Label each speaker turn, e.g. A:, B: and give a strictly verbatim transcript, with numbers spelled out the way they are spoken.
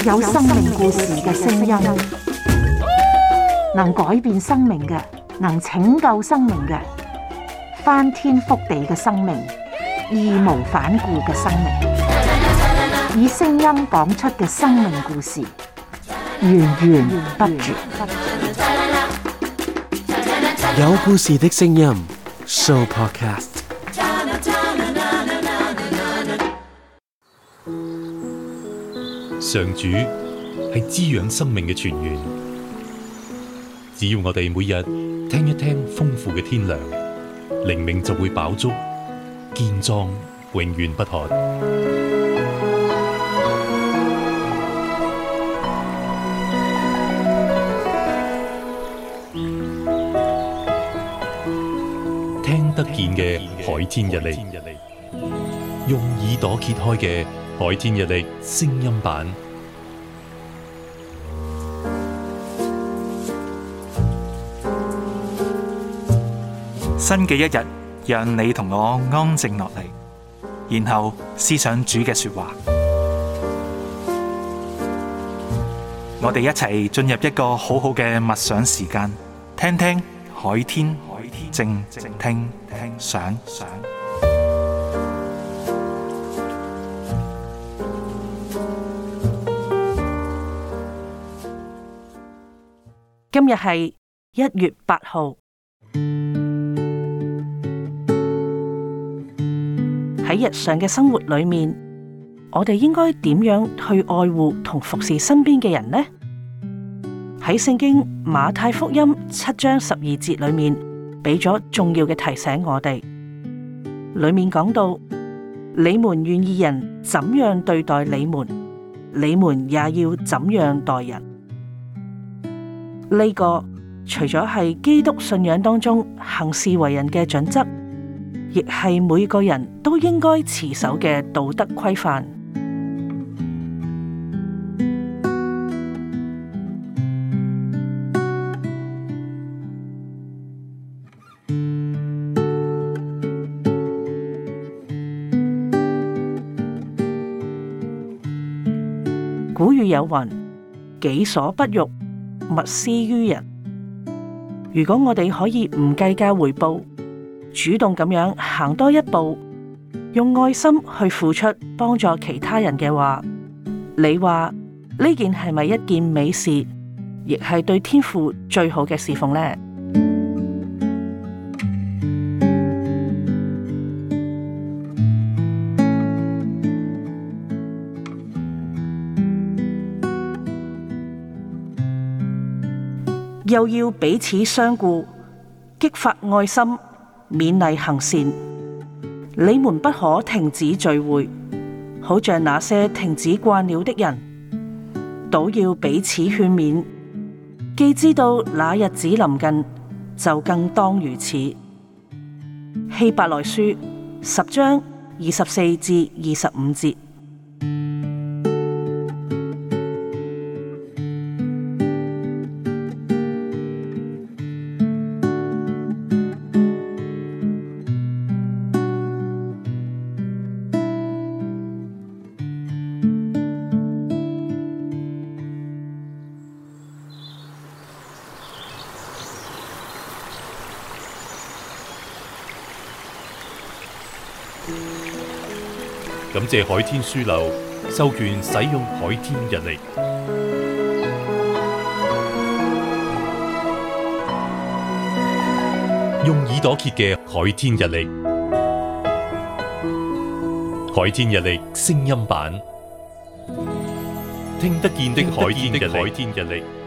A: 有生命故事嘅聲音，能改變生命嘅，能拯救生命嘅，翻天覆地嘅生命，義無反顧嘅生命，以聲音講出嘅生命故事，源源不絕。
B: 有故事的聲音 Show Podcast。
C: 上主係滋養生命嘅泉源，只要我哋每日聽一聽豐富嘅天糧，靈命就會飽足，健壯永遠不渴。聽得見嘅海天日曆，用耳朵揭開嘅海天日曆聲音版，
D: 新嘅一日，讓你同我安靜落嚟，然後思想主嘅說話。我哋一齊進入一個好好嘅默想時間，聽聽海天，靜靜聽聽想。
A: 今日係一月八號。喺日常嘅生活裏面，我哋應該點樣去愛護同服侍身邊嘅人呢？喺聖經馬太福音七章十二節裏面，俾咗重要嘅提醒我哋。裏面講到：你們願意人怎樣對待你們，你們也要怎樣待人。呢個除咗係基督信仰當中行事為人嘅準則，亦係每個人都應該持守嘅道德規範。古語有云：己所不欲，勿施於人。如果我哋可以唔計較回報，主動咁樣行多一步，用愛心去付出，幫助其他人嘅話，你話呢件係咪一件美事，亦係對天父最好嘅侍奉呢？又要彼此相顧，激發愛心，勉勵行善。你們不可停止聚會，好像那些停止慣了的人，倒要彼此勸勉。既知道那日子臨近，就更當如此。希伯來書十章二十四至二十五節。
C: 感謝海天書樓授權使用海天日曆，用耳朵揭嘅海天日曆，海天日曆聲音版，聽得見的海天日曆。